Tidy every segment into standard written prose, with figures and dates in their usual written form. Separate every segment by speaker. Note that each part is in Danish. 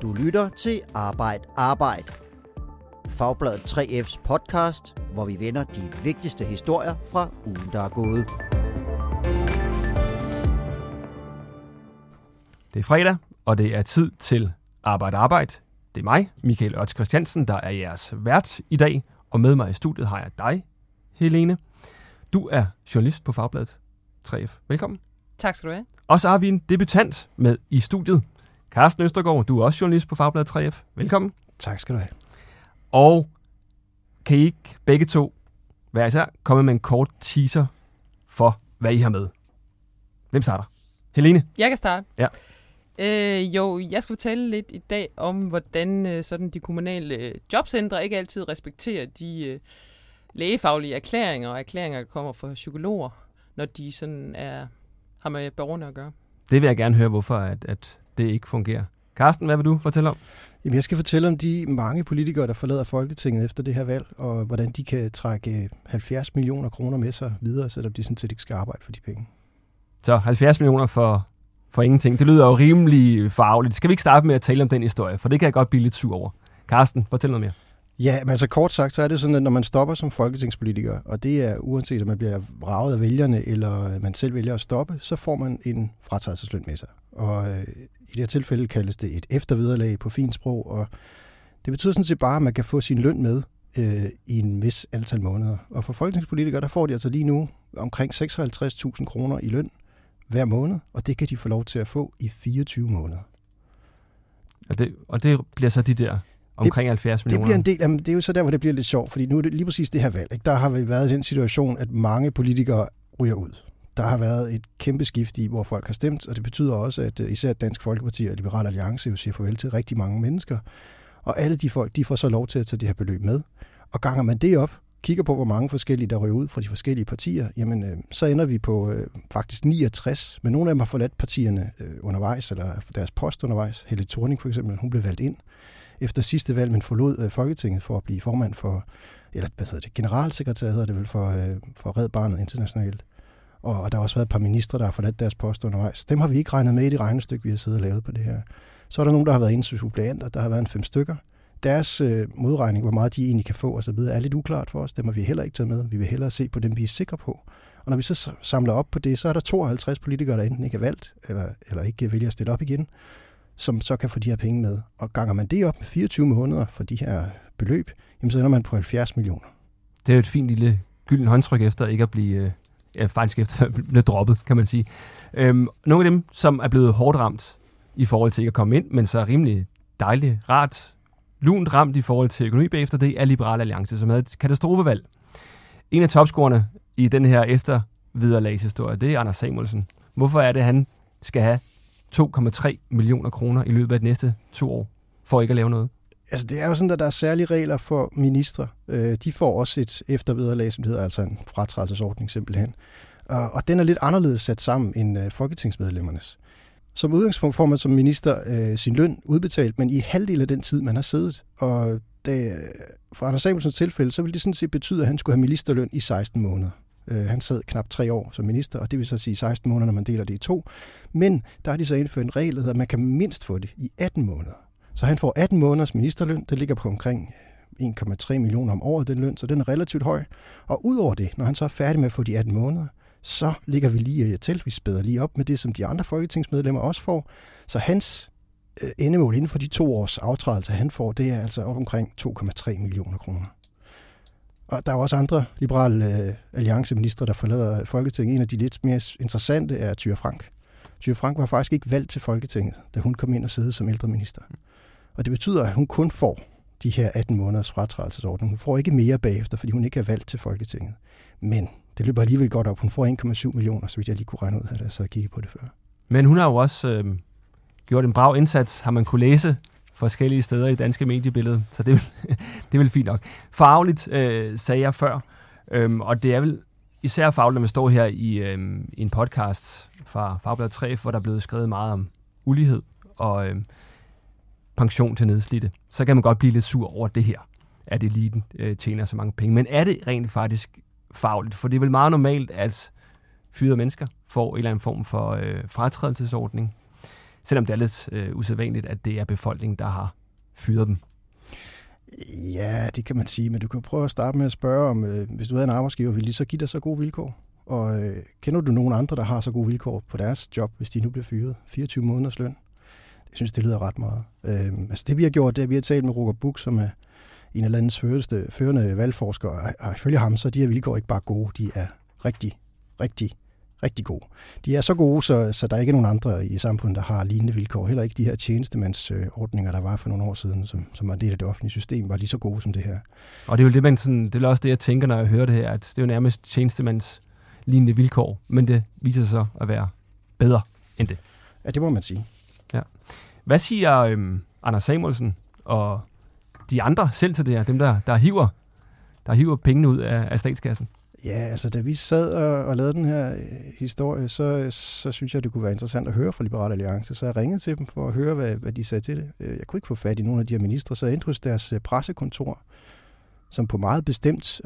Speaker 1: Du lytter til Arbejd. Fagbladet 3F's podcast, hvor vi vender de vigtigste historier fra ugen, der er gået.
Speaker 2: Det er fredag, og det er tid til Arbejd. Det er mig, Michael Ørts Christiansen, der er jeres vært i dag, og med mig i studiet har jeg dig, Helene. Du er journalist på Fagbladet 3F. Velkommen.
Speaker 3: Tak skal du have.
Speaker 2: Og så har vi en debutant med i studiet. Carsten Østergaard, du er også journalist på Fagbladet 3F. Velkommen.
Speaker 4: Tak skal du have.
Speaker 2: Og kan I ikke begge to hver især komme med en kort teaser for, hvad I har med? Hvem starter? Helene?
Speaker 3: Jeg kan starte.
Speaker 2: Ja.
Speaker 3: Jeg skal fortælle lidt i dag om, hvordan sådan de kommunale jobcentre ikke altid respekterer de lægefaglige erklæringer og erklæringer, der kommer fra psykologer, når de sådan har med borgerne at gøre.
Speaker 2: Det vil jeg gerne høre, hvorfor at det ikke fungerer. Carsten, hvad vil du fortælle om?
Speaker 4: Jamen, jeg skal fortælle om de mange politikere, der forlader Folketinget efter det her valg, og hvordan de kan trække 70 millioner kroner med sig videre, selvom de sådan set ikke skal arbejde for de penge.
Speaker 2: Så 70 millioner for ingenting. Det lyder jo rimelig farligt. Skal vi ikke starte med at tale om den historie? For det kan jeg godt blive lidt sur over. Carsten, fortæl noget mere.
Speaker 4: Ja, men altså kort sagt, så er det sådan, at når man stopper som folketingspolitiker, og det er uanset om man bliver vraget af vælgerne, eller man selv vælger at stoppe, så får man en fratrædelsesløn med sig. Og i det her tilfælde kaldes det et eftervederlag på fint sprog, og det betyder sådan set bare, at man kan få sin løn med i en vis antal måneder. Og for folketingspolitikere, der får de altså lige nu omkring 56.000 kroner i løn hver måned, og det kan de få lov til at få i 24 måneder.
Speaker 2: Og det bliver så de der omkring 70 millioner?
Speaker 4: Det bliver en del, jamen, det er jo så der, hvor det bliver lidt sjovt, fordi nu er det lige præcis det her valg. Ikke? Der har vi været i den situation, at mange politikere ryger ud. Der har været et kæmpe skift i, hvor folk har stemt, og det betyder også, at især Dansk Folkeparti og Liberal Alliance jo siger farvel til rigtig mange mennesker. Og alle de folk, de får så lov til at tage det her beløb med. Og ganger man det op, kigger på, hvor mange forskellige, der ryger ud fra de forskellige partier, jamen, så ender vi på faktisk 69. Men nogle af dem har forladt partierne undervejs, eller deres post undervejs. Helle Thorning for eksempel, hun blev valgt ind efter sidste valg, men forlod Folketinget for at blive formand for, eller generalsekretær hedder det vel, for Red Barnet internationalt. Og der har også været et par ministre, der har forladt deres post undervejs. Dem har vi ikke regnet med i det regnestykke, vi har siddet og lavet på det her. Så er der nogen, der har været inde som suppleanter, der har været 5 stykker. Deres modregning, hvor meget de egentlig kan få osv., er lidt uklart for os. Dem har vi heller ikke taget med. Vi vil hellere se på dem, vi er sikre på. Og når vi så samler op på det, så er der 52 politikere, der enten ikke er valgt, eller ikke vælger at stille op igen, som så kan få de her penge med. Og ganger man det op med 24 måneder for de her beløb, jamen så ender man på 70 millioner.
Speaker 2: Det er jo et fint lille gylden håndtryk efter ikke at blive faktisk efter at blive droppet, kan man sige. Nogle af dem, som er blevet hårdt ramt i forhold til ikke at komme ind, men så er rimelig dejligt, rart, lunt ramt i forhold til økonomi bagefter, det er Liberal Alliance, som havde et katastrofevalg. En af topscorerne i den her eftervederlagshistorie, det er Anders Samuelsen. Hvorfor er det, at han skal have 2,3 millioner kroner i løbet af de næste 2 år, for ikke at lave noget?
Speaker 4: Altså det er jo sådan, at der er særlige regler for ministre. De får også et eftervederlag, som det hedder, altså en fratrædelsesordning simpelthen. Og den er lidt anderledes sat sammen end folketingsmedlemmernes. Som udgangspunkt får man som minister sin løn udbetalt, men i halvdelen af den tid, man har siddet. Og for Anders Samuelsens tilfælde, så vil det sådan set betyde, at han skulle have ministerløn i 16 måneder. Han sad knap 3 år som minister, og det vil så sige 16 måneder, når man deler det i 2. Men der har de så indført en regel, der hedder, at man kan mindst få det i 18 måneder. Så han får 18 måneders ministerløn, det ligger på omkring 1,3 millioner om året, den løn, så den er relativt høj. Og udover det, når han så er færdig med at få de 18 måneder, så ligger vi lige til, vi spæder lige op med det, som de andre folketingsmedlemmer også får. Så hans endemål inden for de 2 års aftrædelse, han får, det er altså op omkring 2,3 millioner kroner. Og der er også andre liberale allianceministre, der forlader Folketinget. En af de lidt mere interessante er Thyra Frank. Thyra Frank var faktisk ikke valgt til Folketinget, da hun kom ind og sidde som ældreminister. Og det betyder, at hun kun får de her 18 måneders fratrædelsesordning. Hun får ikke mere bagefter, fordi hun ikke er valgt til Folketinget. Men det løber alligevel godt op. Hun får 1,7 millioner, så vidt jeg lige kunne regne ud af det, så jeg kiggede på det før.
Speaker 2: Men hun har jo også gjort en brav indsats, har man kunne læse forskellige steder i det danske mediebillede, så det er vel fint nok. Fagligt sagde jeg før, og det er vel især fagligt, når vi står her i en podcast fra Fagbladet 3, hvor der er blevet skrevet meget om ulighed og pension til nedslidte. Så kan man godt blive lidt sur over det her, at eliten tjener så mange penge. Men er det rent faktisk fagligt? For det er vel meget normalt, at fyrede mennesker får en eller anden form for fratrædelsesordning. selvom det er lidt usædvanligt, at det er befolkningen, der har fyret dem.
Speaker 4: Ja, det kan man sige, men du kan prøve at starte med at spørge om, hvis du havde en arbejdsgiver, ville de så give dig så gode vilkår? Og kender du nogen andre, der har så gode vilkår på deres job, hvis de nu bliver fyret? 24 måneders løn? Jeg synes, det lyder ret meget. Altså det vi har gjort, det er, at vi har talt med Roger Buch, som er en af landets førende valgforskere, og ifølge ham, så er de her vilkår ikke bare gode, de er rigtig gode. De er så gode, så der er ikke nogen andre i samfundet, der har lignende vilkår. Heller ikke de her tjenestemandsordninger, der var for nogle år siden, som var en del af det offentlige system, var lige så gode som det her.
Speaker 2: Og det er jo det er også det, jeg tænker, når jeg hører det her, at det er jo nærmest tjenestemandslignende vilkår, men det viser sig at være bedre end det.
Speaker 4: Ja, det må man sige.
Speaker 2: Ja. Hvad siger Anders Samuelsen og de andre selv til det her, dem der hiver pengene ud af statskassen?
Speaker 4: Ja, altså da vi sad og lavede den her historie, så synes jeg, det kunne være interessant at høre fra Liberal Alliance. Så jeg ringede til dem for at høre, hvad de sagde til det. Jeg kunne ikke få fat i nogle af de her ministre, så jeg endte hos deres pressekontor, som på meget bestemt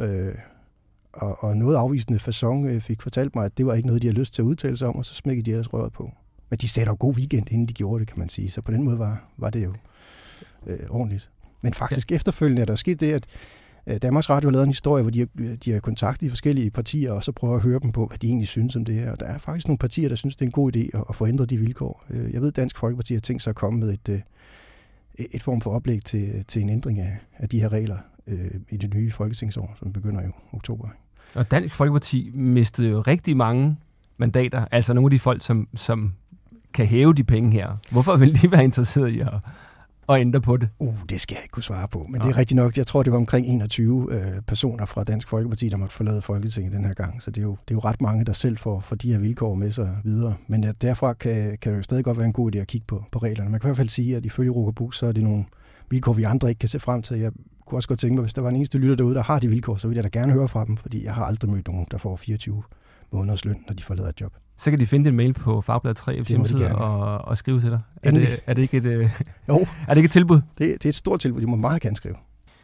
Speaker 4: og noget afvisende facon fik fortalt mig, at det var ikke noget, de havde lyst til at udtale sig om, og så smækkede de ellers røret på. Men de sagde dog god weekend, inden de gjorde det, kan man sige. Så på den måde var det jo ordentligt. Men faktisk efterfølgende er der sket det, at Danmarks Radio har lavet en historie, hvor de har kontaktet de forskellige partier, og så prøver at høre dem på, hvad de egentlig synes om det her. Og der er faktisk nogle partier, der synes, det er en god idé at få ændret de vilkår. Jeg ved, Dansk Folkeparti har tænkt sig at komme med et form for oplæg til en ændring af de her regler i det nye folketingsår, som begynder i oktober.
Speaker 2: Og Dansk Folkeparti mistede jo rigtig mange mandater, altså nogle af de folk, som kan hæve de penge her. Hvorfor vil de være interesseret i at ændre på det?
Speaker 4: Det skal jeg ikke kunne svare på, men det er rigtigt nok. Jeg tror, det var omkring 21 personer fra Dansk Folkeparti, der måtte forlade Folketinget den her gang. Så det er jo ret mange, der selv får de her vilkår med sig videre. Men derfra kan det jo stadig godt være en god idé at kigge på reglerne. Man kan i hvert fald sige, at ifølge Roger Buch, så er det nogle vilkår, vi andre ikke kan se frem til. Jeg kunne også godt tænke mig, hvis der var en eneste lytter derude, der har de vilkår, så vil jeg da gerne høre fra dem, fordi jeg har aldrig mødt nogen, der får 24 måneders løn, når de forlader et job.
Speaker 2: Så kan de finde en mail på Fagbladet 3F's hjemmeside og skrive til dig. Er det ikke et tilbud?
Speaker 4: Det er et stort tilbud. De må meget gerne skrive.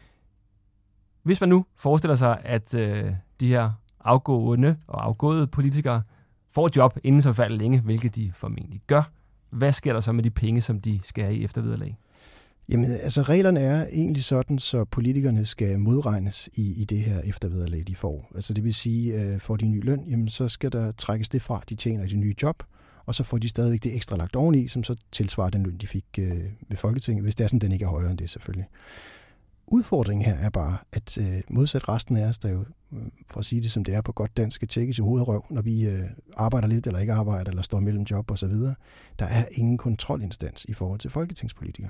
Speaker 2: Hvis man nu forestiller sig, at de her afgåede politikere får et job inden så falder længe, hvilket de formentlig gør, hvad sker der så med de penge, som de skal have i eftervederlag?
Speaker 4: Jamen, altså reglerne er egentlig sådan, så politikerne skal modregnes i det her eftervederlag, de får. Altså det vil sige, får de en ny løn, jamen så skal der trækkes det fra, de tjener i det nye job, og så får de stadigvæk det ekstra lagt oveni, som så tilsvarer den løn, de fik ved Folketinget, hvis det er sådan, den ikke er højere end det selvfølgelig. Udfordringen her er bare, at modsat resten af os, der jo, for at sige det som det er på godt dansk, skal tjekkes i hovedrøv, når vi arbejder lidt eller ikke arbejder, eller står mellem job osv., der er ingen kontrolinstans i forhold til folketingspolitikerne.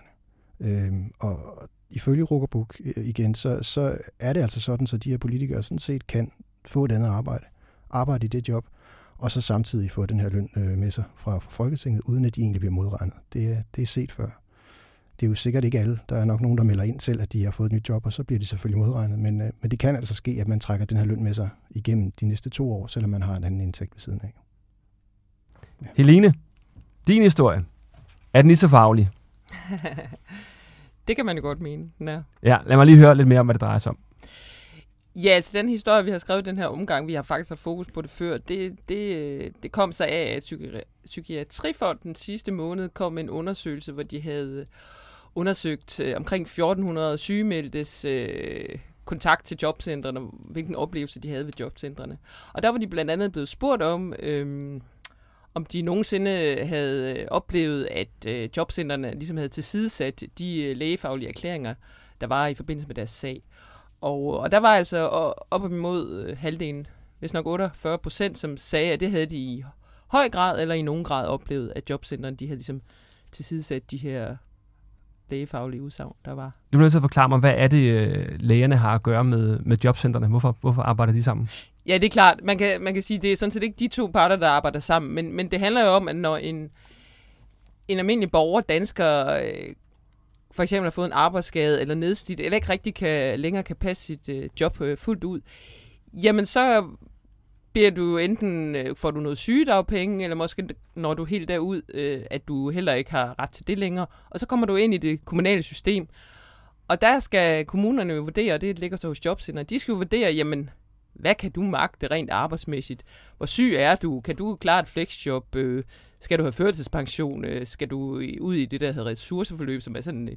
Speaker 4: Og ifølge Roger Buch igen, så er det altså sådan, så de her politikere sådan set kan få et andet arbejde i det job, og så samtidig få den her løn med sig fra Folketinget, uden at de egentlig bliver modregnet. Det er set før. Det er jo sikkert ikke alle. Der er nok nogen, der melder ind selv, at de har fået et nyt job, og så bliver de selvfølgelig modregnet. Men det kan altså ske, at man trækker den her løn med sig igennem de næste 2 år, selvom man har en anden indtægt ved siden af.
Speaker 2: Ja. Helene, din historie, er den lige så farlig?
Speaker 3: Det kan man jo godt mene.
Speaker 2: Ja, lad mig lige høre lidt mere om, hvad det drejer sig om.
Speaker 3: Ja, altså den historie, vi har skrevet den her omgang, vi har faktisk haft fokus på det før, det kom sig af, at Psykiatrifonden sidste måned kom med en undersøgelse, hvor de havde undersøgt omkring 1400 sygemeldtes kontakt til jobcentrene, hvilken oplevelse de havde ved jobcentrene. Og der var de blandt andet blevet spurgt om de nogensinde havde oplevet, at jobcentrene ligesom havde tilsidesat de lægefaglige erklæringer, der var i forbindelse med deres sag. Og der var altså op imod halvdelen, hvis nok 48%, som sagde, at det havde de i høj grad eller i nogen grad oplevet, at jobcentrene de havde ligesom tilsidesat de her lægefaglige udsagn, der var. Du
Speaker 2: bliver nødt til at forklare mig, hvad er det, lægerne har at gøre med jobcentrene? Hvorfor arbejder de sammen?
Speaker 3: Ja, det er klart. Man kan sige, det er sådan set ikke de to parter, der arbejder sammen, men det handler jo om, at når en almindelig borger, dansker, for eksempel har fået en arbejdsskade eller nedslidt, eller ikke rigtig længere kan passe sit job fuldt ud, jamen så bliver du enten, får du noget sygedagpenge, eller måske når du helt derud, at du heller ikke har ret til det længere, og så kommer du ind i det kommunale system, og der skal kommunerne jo vurdere, og det ligger så hos jobcenteret, de skal jo vurdere, jamen, hvad kan du magte rent arbejdsmæssigt? Hvor syg er du? Kan du klare et flexjob? Skal du have førtidspension? Skal du ud i det, der hedder ressourceforløb, som er sådan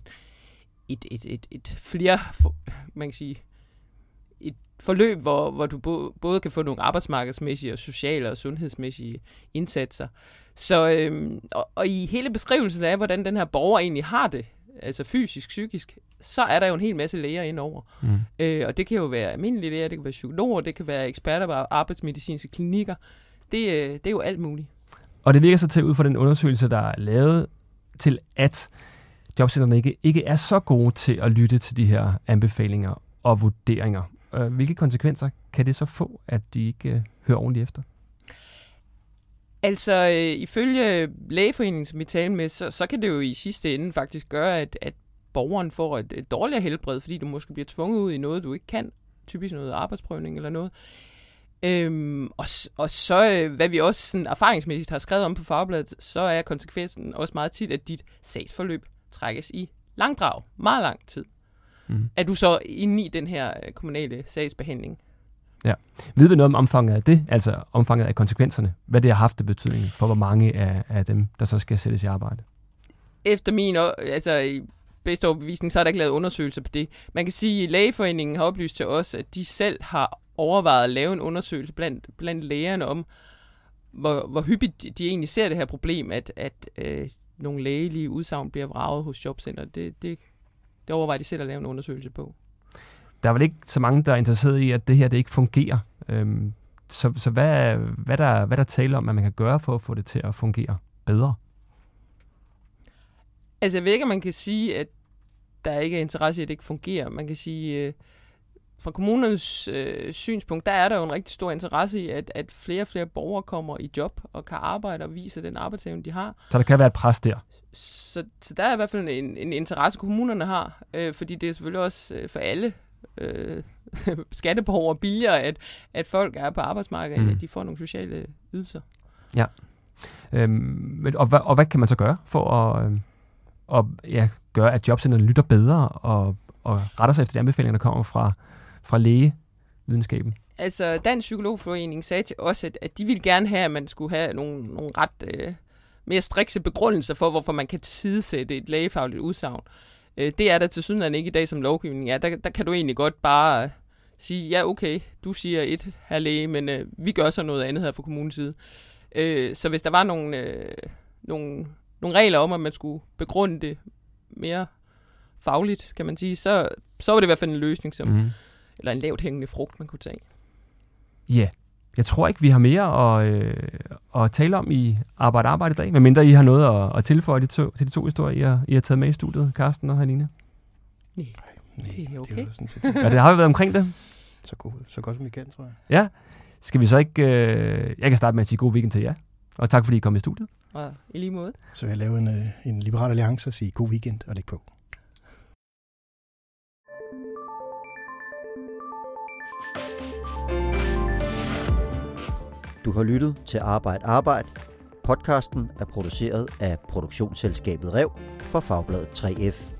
Speaker 3: man kan sige, et forløb, hvor du både kan få nogle arbejdsmarkedsmæssige og sociale og sundhedsmæssige indsatser. Så, og i hele beskrivelsen af, hvordan den her borger egentlig har det, altså fysisk, psykisk, så er der jo en hel masse læger indover. Og det kan jo være almindelige læger, det kan være psykologer, det kan være eksperter på arbejdsmedicinske klinikker. Det er jo alt muligt. Og
Speaker 2: det virker så til ud fra den undersøgelse, der er lavet, til at jobcentrene ikke er så gode til at lytte til de her anbefalinger og vurderinger. Hvilke konsekvenser kan det så få, at de ikke hører ordentligt efter?
Speaker 3: Altså, ifølge Lægeforeningen, som vi taler med, så kan det jo i sidste ende faktisk gøre, at borgeren får et dårligere helbred, fordi du måske bliver tvunget ud i noget, du ikke kan. Typisk noget arbejdsprøvning eller noget. Og så, hvad vi også sådan erfaringsmæssigt har skrevet om på Fagbladet, så er konsekvensen også meget tit, at dit sagsforløb trækkes i langdrag. Meget lang tid. Er du så inde i den her kommunale sagsbehandling?
Speaker 2: Ja. Ved vi noget om omfanget af det, altså omfanget af konsekvenserne? Hvad det har haft af betydning for, hvor mange af dem, der så skal sættes i arbejde?
Speaker 3: Efter min bedste overbevisning, så er der ikke lavet undersøgelser på det. Man kan sige, at Lægeforeningen har oplyst til os, at de selv har overvejet at lave en undersøgelse blandt lægerne om, hvor hyppigt de egentlig ser det her problem, at nogle lægelige udsagn bliver vraget hos jobcenter. Det overvejer de selv at lave en undersøgelse på.
Speaker 2: Der er vel ikke så mange, der er interesseret i, at det her det ikke fungerer. Så hvad der taler om, at man kan gøre for at få det til at fungere bedre?
Speaker 3: Altså, jeg ved ikke, om man kan sige, at der ikke er interesse i, at det ikke fungerer. Man kan sige, fra kommunernes synspunkt, der er der jo en rigtig stor interesse i, at flere og flere borgere kommer i job og kan arbejde og vise den arbejdsevne, de har.
Speaker 2: Så der kan være et pres der?
Speaker 3: Så der er i hvert fald en interesse, kommunerne har, fordi det er selvfølgelig også for alle skatteborgere billigere, at folk er på arbejdsmarkedet, at de får nogle sociale ydelser.
Speaker 2: Ja. Og hvad kan man så gøre for at gøre, at jobcentrene lytter bedre og retter sig efter de anbefalinger, der kommer fra lægevidenskaben?
Speaker 3: Altså, Dansk Psykologforening sagde til os, at de ville gerne have, at man skulle have nogle ret mere strikse begrundelser for, hvorfor man kan tilsidesætte et lægefagligt udsagn. Det er der tilsyneladende ikke i dag, som lovgivning er. Der kan du egentlig godt bare sige, ja okay, du siger et her læge, men vi gør så noget andet her fra kommunens side. Så hvis der var nogle regler om, at man skulle begrunde det mere fagligt, kan man sige, så var det i hvert fald en løsning, eller en lavt hængende frugt, man kunne tage.
Speaker 2: Ja, jeg tror ikke, vi har mere at tale om i Arbejde i dag, medmindre I har noget at tilføje til de to historier, I har taget med i studiet, Carsten og Halina.
Speaker 3: Nej, det er okay.
Speaker 4: Det sådan set.
Speaker 2: Ja, det har vi været omkring det.
Speaker 4: Så godt som vi kan, tror jeg.
Speaker 2: Ja. Skal vi så ikke... jeg kan starte med at sige god weekend til jer. Og tak fordi I kom i studiet.
Speaker 3: Og i lige måde.
Speaker 4: Så vil jeg lave en liberal alliance og sige god weekend og læg på.
Speaker 1: Du har lyttet til Arbejde. Podcasten er produceret af produktionsselskabet Rev for Fagbladet 3F.